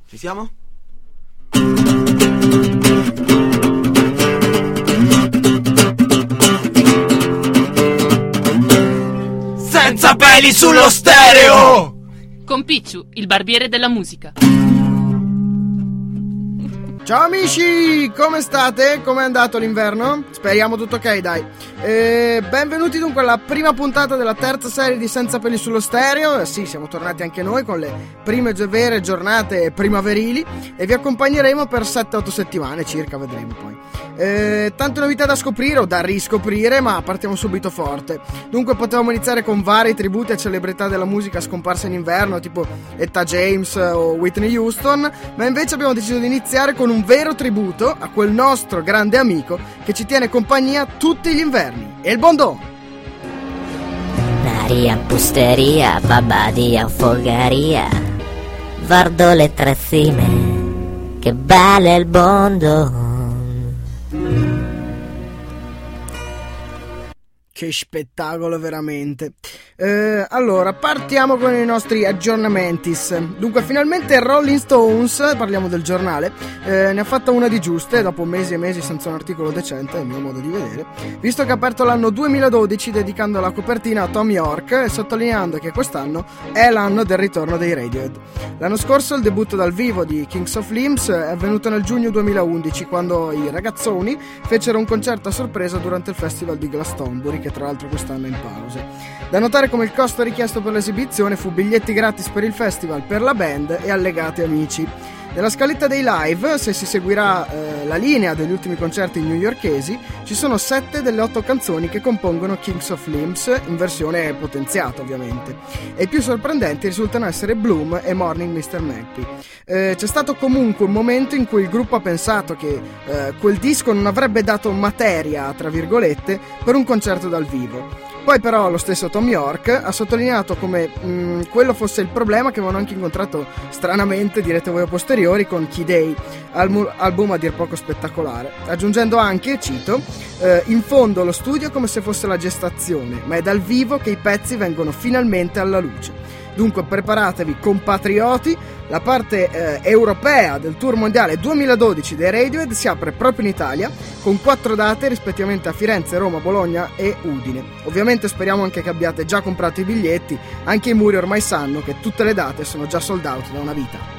Ci siamo? Senza peli sullo stereo! Con Picciu, il barbiere della musica. Ciao amici, come state? Com'è andato l'inverno? Speriamo tutto ok, dai. Benvenuti dunque alla prima puntata della terza serie di Senza peli sullo stereo. Sì, siamo tornati anche noi con le prime vere giornate primaverili e vi accompagneremo per 7-8 settimane circa, vedremo poi. Tante novità da scoprire o da riscoprire, ma partiamo subito forte. Dunque potevamo iniziare con vari tributi a celebrità della musica scomparse in inverno, tipo Etta James o Whitney Houston, ma invece abbiamo deciso di iniziare con un vero tributo a quel nostro grande amico che ci tiene compagnia tutti gli inverni, e il Bondò. Naria, pusteria, babadia, fogaria, guardo le trazzine, che bello il Bondò. Che spettacolo veramente. Allora, partiamo con i nostri aggiornamenti. Dunque, finalmente Rolling Stones, parliamo del giornale, ne ha fatta una di giuste dopo mesi e mesi senza un articolo decente, a mio modo di vedere, visto che ha aperto l'anno 2012 dedicando la copertina a Tom York e sottolineando che quest'anno è l'anno del ritorno dei Radiohead. L'anno scorso il debutto dal vivo di Kings of Limbs è avvenuto nel giugno 2011, quando i ragazzoni fecero un concerto a sorpresa durante il festival di Glastonbury, che tra l'altro quest'anno è in pausa. Da notare come il costo richiesto per l'esibizione fu biglietti gratis per il festival per la band e allegati amici. Nella scaletta dei live, se si seguirà la linea degli ultimi concerti newyorkesi, ci sono 7 delle 8 canzoni che compongono Kings of Limbs, in versione potenziata ovviamente, e i più sorprendenti risultano essere Bloom e Morning Mr. Magpie. C'è stato comunque un momento in cui il gruppo ha pensato che quel disco non avrebbe dato materia, tra virgolette, per un concerto dal vivo. Poi però lo stesso Tom York ha sottolineato come quello fosse il problema che avevano anche incontrato stranamente, direte voi a posteriori, con Key Day, album a dir poco spettacolare, aggiungendo anche, cito, in fondo lo studio è come se fosse la gestazione, ma è dal vivo che i pezzi vengono finalmente alla luce. Dunque preparatevi compatrioti, la parte europea del tour mondiale 2012 dei Radiohead si apre proprio in Italia con 4 date rispettivamente a Firenze, Roma, Bologna e Udine. Ovviamente speriamo anche che abbiate già comprato i biglietti, anche i muri ormai sanno che tutte le date sono già sold out da una vita.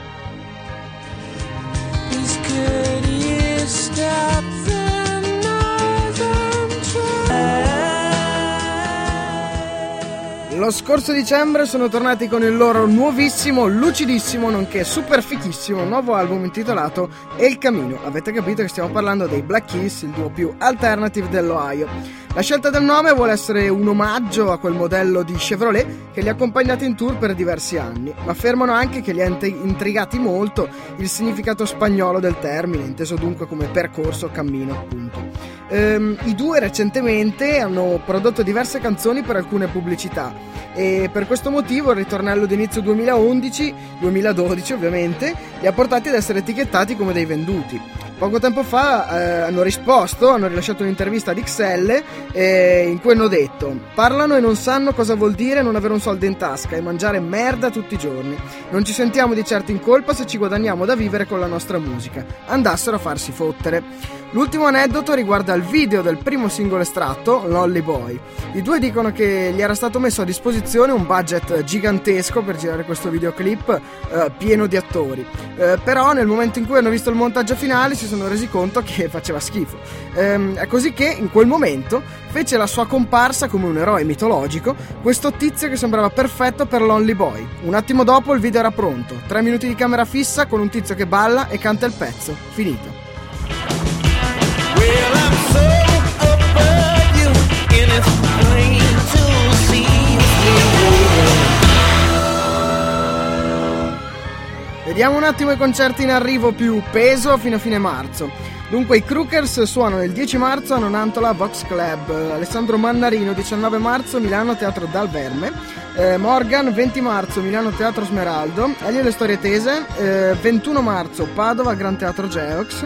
Lo scorso dicembre sono tornati con il loro nuovissimo, lucidissimo, nonché super fichissimo nuovo album intitolato El Camino. Avete capito che stiamo parlando dei Black Keys, il duo più alternative dell'Ohio. La scelta del nome vuole essere un omaggio a quel modello di Chevrolet che li ha accompagnati in tour per diversi anni, ma affermano anche che li ha intrigati molto il significato spagnolo del termine, inteso dunque come percorso, cammino, appunto. I due recentemente hanno prodotto diverse canzoni per alcune pubblicità e per questo motivo il ritornello d'inizio 2012 ovviamente li ha portati ad essere etichettati come dei venduti. Poco tempo fa hanno rilasciato un'intervista ad XL in cui hanno detto: parlano e non sanno cosa vuol dire non avere un soldo in tasca e mangiare merda tutti i giorni. Non ci sentiamo di certo in colpa se ci guadagniamo da vivere con la nostra musica. Andassero a farsi fottere. L'ultimo aneddoto riguarda il video del primo singolo estratto, Lonely Boy. I due dicono che gli era stato messo a disposizione un budget gigantesco per girare questo videoclip pieno di attori, però nel momento in cui hanno visto il montaggio finale si sono resi conto che faceva schifo. È così che in quel momento fece la sua comparsa come un eroe mitologico questo tizio che sembrava perfetto per Lonely Boy. Un attimo dopo il video era pronto, 3 minuti di camera fissa con un tizio che balla e canta il pezzo, finito. Well, I'm so above you, and it's plain to see. Vediamo un attimo i concerti in arrivo più peso fino a fine marzo. Dunque i Crookers suonano il 10 marzo a Nonantola Vox Club, Alessandro Mannarino 19 marzo Milano Teatro Dal Verme, Morgan 20 marzo Milano Teatro Smeraldo, Elio e le Storie Tese 21 marzo Padova Gran Teatro Geox,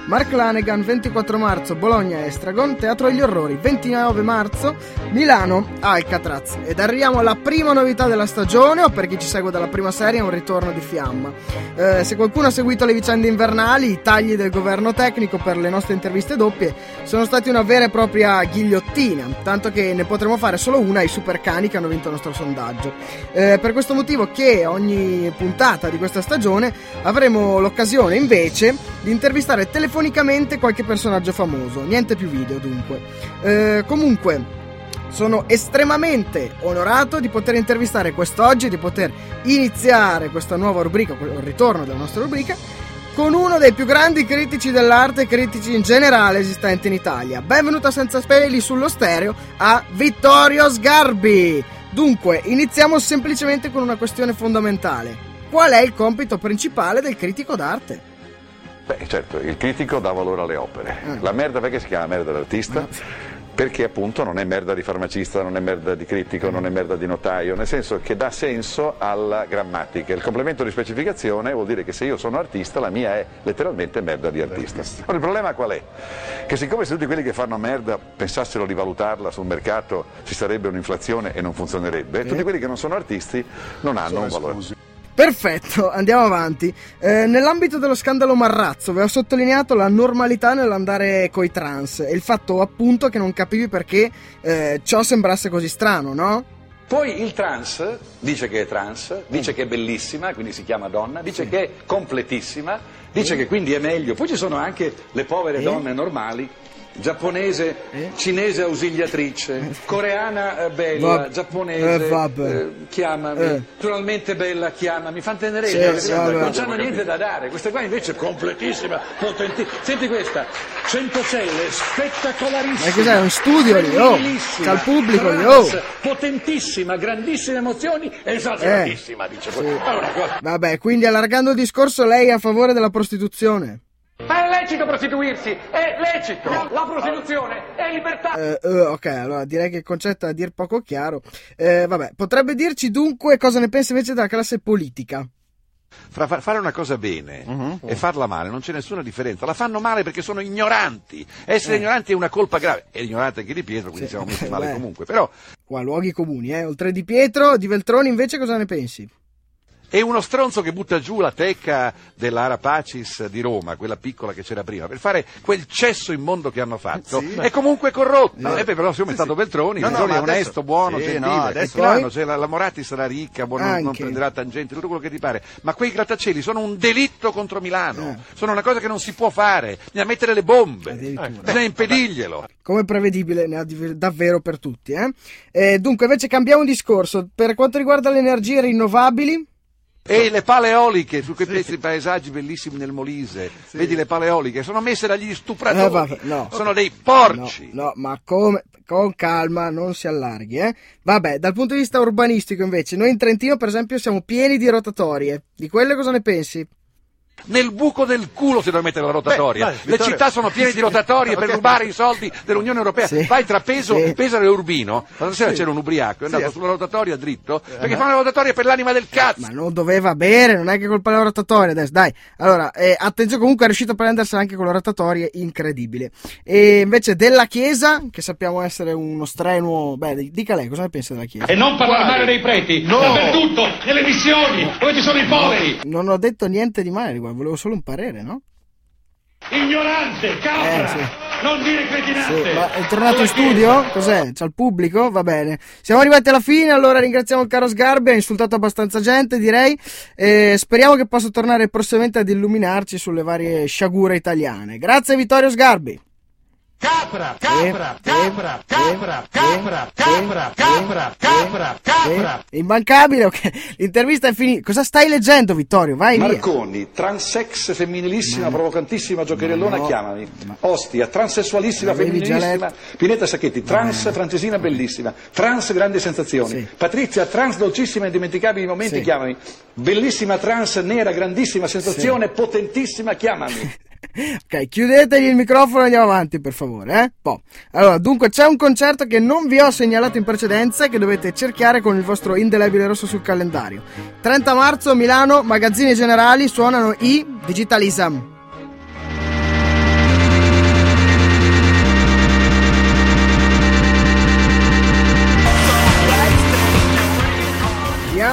Mark Lanegan, 24 marzo Bologna Estragon, Teatro degli Orrori, 29 marzo Milano Alcatraz. Ed arriviamo alla prima novità della stagione, o per chi ci segue dalla prima serie è un ritorno di fiamma. Se qualcuno ha seguito le vicende invernali, i tagli del governo tecnico per le nostre interviste doppie sono stati una vera e propria ghigliottina, tanto che ne potremo fare solo una ai supercani che hanno vinto il nostro sondaggio. Per questo motivo che ogni puntata di questa stagione avremo l'occasione invece di intervistare telefonicamente qualche personaggio famoso, niente più video dunque. Comunque sono estremamente onorato di poter intervistare quest'oggi e di poter iniziare questa nuova rubrica, il ritorno della nostra rubrica, con uno dei più grandi critici dell'arte e critici in generale esistenti in Italia. Benvenuto a Senza Peli sullo Stereo a Vittorio Sgarbi. Dunque, iniziamo semplicemente con una questione fondamentale. Qual è il compito principale del critico d'arte? Beh, certo, il critico dà valore alle opere. La merda perché si chiama merda d'artista? Perché appunto non è merda di farmacista, non è merda di critico, non è merda di notaio, nel senso che dà senso alla grammatica. Il complemento di specificazione vuol dire che se io sono artista, la mia è letteralmente merda di artista. Ora, il problema qual è? Che siccome se tutti quelli che fanno merda pensassero di valutarla sul mercato ci sarebbe un'inflazione e non funzionerebbe, tutti quelli che non sono artisti non hanno un valore. Perfetto, andiamo avanti. Nell'ambito dello scandalo Marrazzo vi ho sottolineato la normalità nell'andare coi trans e il fatto appunto che non capivi perché ciò sembrasse così strano, no? Poi il trans dice che è trans, dice che è bellissima, quindi si chiama donna, dice che è completissima, dice che quindi è meglio. Poi ci sono anche le povere donne normali, giapponese, cinese ausiliatrice, coreana bella, giapponese, chiamami, naturalmente bella, chiamami, fantenerete, non c'hanno niente da dare. Questa qua invece è completissima, potentissima. Senti questa, 100 celle, spettacolarissima. Ma cos'è, un studio lì? Oh, c'ha il pubblico lì, oh. Potentissima, grandissime emozioni, esageratissima, dice poi. Vabbè, quindi allargando il discorso, lei è a favore della prostituzione? Ma è lecito prostituirsi, è lecito, la prostituzione è libertà. Ok, allora direi che il concetto è a dir poco chiaro. Vabbè, potrebbe dirci dunque cosa ne pensa invece della classe politica? Fra fare una cosa bene e farla male non c'è nessuna differenza. La fanno male perché sono ignoranti. Essere ignoranti è una colpa grave. È ignorante anche Di Pietro, quindi siamo messi male comunque. Però qua luoghi comuni, oltre Di Pietro, Di Veltroni invece cosa ne pensi? è uno stronzo che butta giù la teca dell'Ara Pacis di Roma, quella piccola che c'era prima, per fare quel cesso immondo che hanno fatto. Sì. È comunque corrotto. Però siamo stato Veltroni, Veltroni è onesto, buono, gentile. È strano, cioè, la Moratti sarà ricca, non prenderà tangenti, tutto quello che ti pare. Ma quei grattacieli sono un delitto contro Milano. Sono una cosa che non si può fare. Bisogna mettere le bombe, bisogna impedirglielo. Come prevedibile, ne ha davvero per tutti. Dunque, invece cambiamo discorso. Per quanto riguarda le energie rinnovabili, e le pale eoliche su questi paesaggi bellissimi nel Molise, vedi le pale eoliche, sono messe dagli stupratori, sono dei porci. No, ma come? Con calma, non si allarghi, Vabbè, dal punto di vista urbanistico invece, noi in Trentino per esempio siamo pieni di rotatorie. Di quelle cosa ne pensi? Nel buco del culo si deve mettere la rotatoria. Le città sono piene di rotatorie per rubare i soldi dell'Unione Europea. Vai tra Pesaro e Urbino. L'altra sera c'era un ubriaco, è andato sulla rotatoria dritto perché fa una rotatoria per l'anima del cazzo. Ma non doveva bere, non è che colpa della rotatoria adesso, dai. Allora, attenzione, comunque è riuscito a prendersela anche con la rotatoria, incredibile. E invece della Chiesa, che sappiamo essere uno strenuo, dica lei, cosa ne pensa della Chiesa? E non parlare male dei preti, dappertutto, nelle missioni, dove ci sono i poveri. Non ho detto niente di male, volevo solo un parere, no? Ignorante, capra, non dire cretinate. Ma è tornato in studio? Cos'è? C'ha il pubblico? Va bene. Siamo arrivati alla fine, allora ringraziamo il caro Sgarbi, ha insultato abbastanza gente, direi. Speriamo che possa tornare prossimamente ad illuminarci sulle varie sciagure italiane. Grazie Vittorio Sgarbi. Capra, capra, capra, capra, capra, capra, capra, capra, capra. Immancabile, ok. L'intervista è finita. Cosa stai leggendo, Vittorio? Vai via. Marconi, transex femminilissima, provocantissima, giocherellona, chiamami. Ostia, transessualissima, femminilissima. Pineta Sacchetti, trans, francesina bellissima. Trans, grandi sensazioni. Patrizia, trans, dolcissima, indimenticabili momenti, chiamami. Bellissima trans, nera, grandissima sensazione, potentissima, chiamami. Ok, chiudetegli il microfono e andiamo avanti per favore, Allora, dunque c'è un concerto che non vi ho segnalato in precedenza e che dovete cerchiare con il vostro indelebile rosso sul calendario. 30 marzo, Milano, Magazzini Generali, suonano i Digitalism.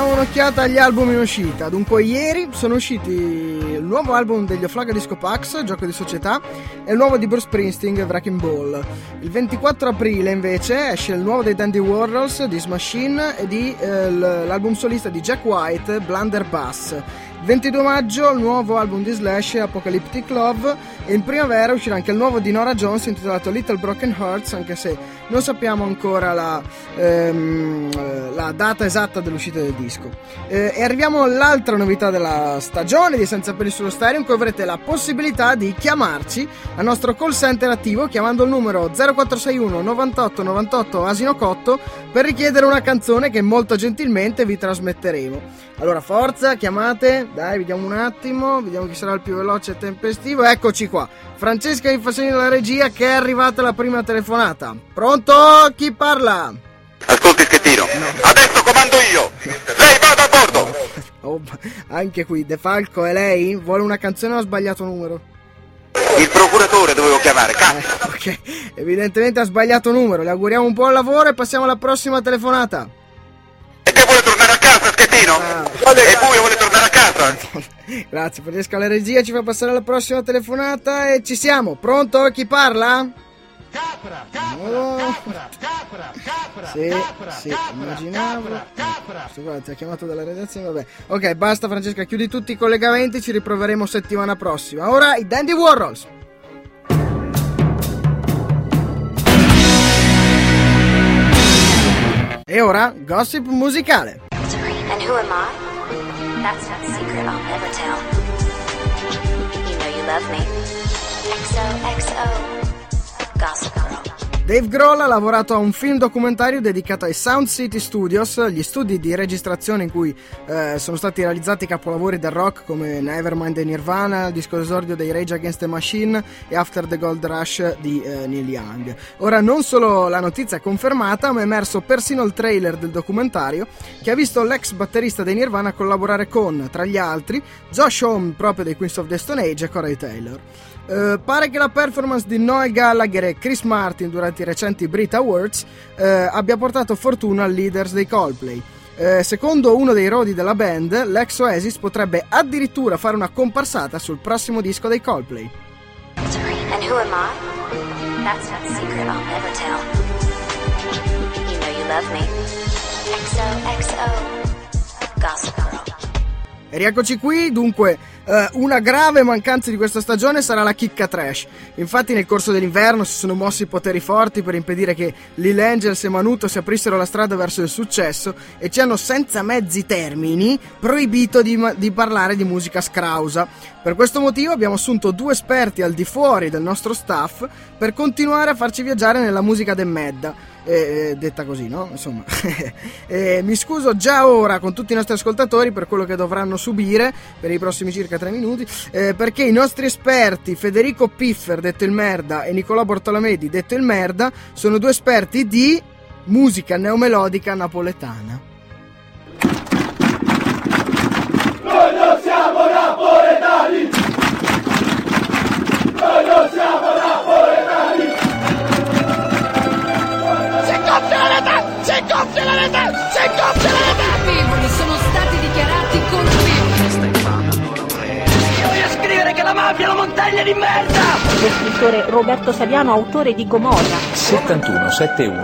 diamo un'occhiata agli album in uscita. Dunque ieri sono usciti il nuovo album degli Oflaga Disco Pax, Gioco di Società, e il nuovo di Bruce Springsteen, Wrecking Ball. Il 24 aprile invece esce il nuovo dei Dandy Warhols, This Machine, e l'album solista di Jack White, Blunderbuss. Il 22 maggio il nuovo album di Slash, Apocalyptic Love, e in primavera uscirà anche il nuovo di Nora Jones intitolato Little Broken Hearts, anche se non sappiamo ancora la data esatta dell'uscita del disco. E arriviamo all'altra novità della stagione di Senza Peli sullo Stereo, in cui avrete la possibilità di chiamarci al nostro call center attivo chiamando il numero 0461 98 98 Asino Cotto per richiedere una canzone che molto gentilmente vi trasmetteremo. Allora forza, chiamate, dai, vediamo un attimo, vediamo chi sarà il più veloce e tempestivo. Eccoci qua, Francesca Infasini della regia, che è arrivata la prima telefonata. Pronto? Chi parla? Ascolti Schettino, no. Adesso comando io. Lei vada a bordo. Oh, anche qui, De Falco, è lei? Vuole una canzone o ha sbagliato numero? Il procuratore dovevo chiamare, cazzo. Ok, evidentemente ha sbagliato numero. Le auguriamo un buon lavoro e passiamo alla prossima telefonata. E che vuole tornare a casa, Schettino? E voi vuole tornare a casa? Grazie, Francesca la regia ci fa passare alla prossima telefonata e ci siamo. Pronto? Chi parla? Capra, Sì, immaginavo. Guarda, ti ha chiamato dalla redazione, vabbè. Ok, basta Francesca, chiudi tutti i collegamenti, ci riproveremo settimana prossima. Ora i Dandy Warhols. E ora gossip musicale. And who am I? That's not a secret I'll never tell. You know you love me. XOXO. Gossip Girl. Dave Grohl ha lavorato a un film documentario dedicato ai Sound City Studios, gli studi di registrazione in cui sono stati realizzati capolavori del rock come Nevermind di Nirvana, il disco d'esordio dei Rage Against the Machine e After the Gold Rush di Neil Young. Ora non solo la notizia è confermata, ma è emerso persino il trailer del documentario che ha visto l'ex batterista dei Nirvana collaborare con, tra gli altri, Josh Homme proprio dei Queens of the Stone Age e Corey Taylor. Pare che la performance di Noel Gallagher e Chris Martin durante i recenti Brit Awards abbia portato fortuna al leaders dei Coldplay. Secondo uno dei rodi della band, l'ex Oasis potrebbe addirittura fare una comparsata sul prossimo disco dei Coldplay. And who am I? That's not a secret I'll never tell. You know you love me. XOXO. Gossip Girl. E rieccoci qui, dunque una grave mancanza di questa stagione sarà la chicca trash. Infatti nel corso dell'inverno si sono mossi poteri forti per impedire che Lil Angels e Manuto si aprissero la strada verso il successo e ci hanno senza mezzi termini proibito di parlare di musica scrausa. Per questo motivo abbiamo assunto due esperti al di fuori del nostro staff per continuare a farci viaggiare nella musica de medda. Detta così, no? Insomma, mi scuso già ora con tutti i nostri ascoltatori per quello che dovranno subire per i prossimi circa 3 minuti, perché i nostri esperti Federico Piffer, detto il Merda, e Nicolò Bortolamedi, detto il Merda, sono due esperti di musica neomelodica napoletana. Noi non siamo napoletani! Noi non siamo napoletani! Si gonfia la rete! Colpevoli sono stati dichiarati colpevoli. Io voglio scrivere che la mafia è una montagna di merda! Lo scrittore Roberto Saviano, autore di Gomorra. 7171.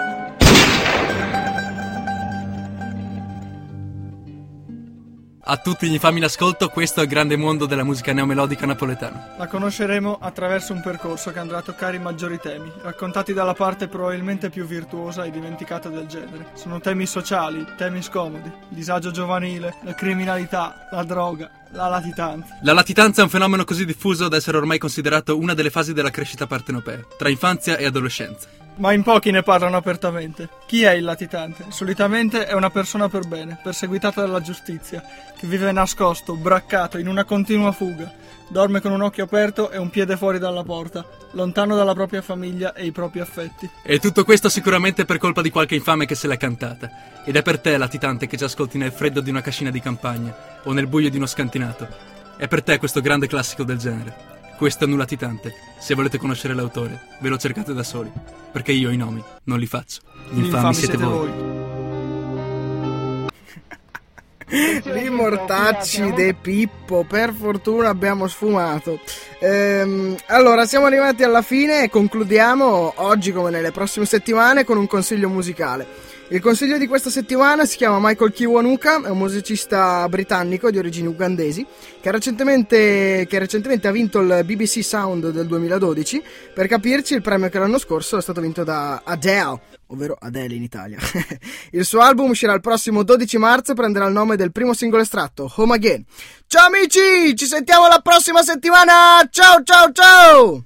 A tutti gli infami in ascolto, questo è il grande mondo della musica neomelodica napoletana. La conosceremo attraverso un percorso che andrà a toccare i maggiori temi, raccontati dalla parte probabilmente più virtuosa e dimenticata del genere. Sono temi sociali, temi scomodi, il disagio giovanile, la criminalità, la droga, la latitanza. La latitanza è un fenomeno così diffuso da essere ormai considerato una delle fasi della crescita partenopea, tra infanzia e adolescenza. Ma in pochi ne parlano apertamente. Chi è il latitante? Solitamente è una persona per bene, perseguitata dalla giustizia, che vive nascosto, braccato, in una continua fuga. Dorme con un occhio aperto e un piede fuori dalla porta, lontano dalla propria famiglia e i propri affetti. E tutto questo sicuramente per colpa di qualche infame che se l'è cantata. Ed è per te, latitante, che ci ascolti nel freddo di una cascina di campagna o nel buio di uno scantinato. È per te questo grande classico del genere. Questo è Nulatitante. Se volete conoscere l'autore, ve lo cercate da soli, perché io i nomi non li faccio. Gli infami siete voi. Li mortacci de Pippo, per fortuna abbiamo sfumato. Allora, siamo arrivati alla fine e concludiamo oggi, come nelle prossime settimane, con un consiglio musicale. Il consiglio di questa settimana si chiama Michael Kiwanuka, è un musicista britannico di origini ugandesi che recentemente ha vinto il BBC Sound del 2012. Per capirci, il premio che l'anno scorso è stato vinto da Adele, ovvero Adele in Italia. Il suo album uscirà il prossimo 12 marzo e prenderà il nome del primo singolo estratto, Home Again. Ciao amici, ci sentiamo la prossima settimana, ciao ciao ciao!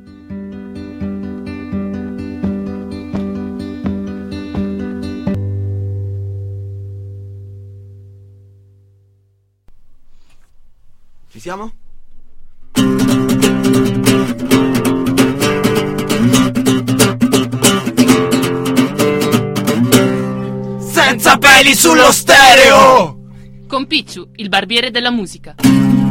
Ci siamo? Senza peli sullo stereo! Con Picciu, il barbiere della musica.